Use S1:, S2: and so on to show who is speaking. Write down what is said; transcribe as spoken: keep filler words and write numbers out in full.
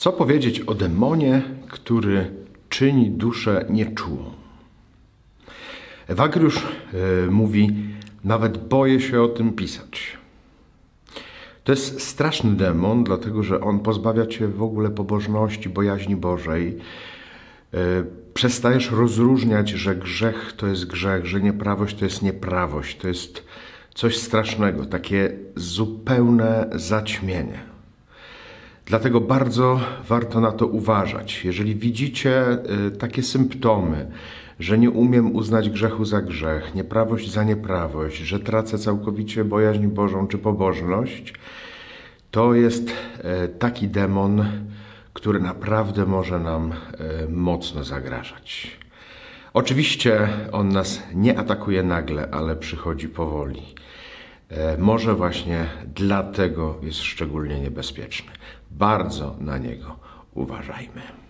S1: Co powiedzieć o demonie, który czyni duszę nieczułą? Ewagriusz yy, mówi, nawet boję się o tym pisać. To jest straszny demon, dlatego że on pozbawia cię w ogóle pobożności, bojaźni Bożej. Yy, przestajesz rozróżniać, że grzech to jest grzech, że nieprawość to jest nieprawość. To jest coś strasznego, takie zupełne zaćmienie. Dlatego bardzo warto na to uważać. Jeżeli widzicie y, takie symptomy, że nie umiem uznać grzechu za grzech, nieprawość za nieprawość, że tracę całkowicie bojaźń Bożą czy pobożność, to jest y, taki demon, który naprawdę może nam y, mocno zagrażać. Oczywiście on nas nie atakuje nagle, ale przychodzi powoli. Może właśnie dlatego jest szczególnie niebezpieczny. Bardzo na niego uważajmy.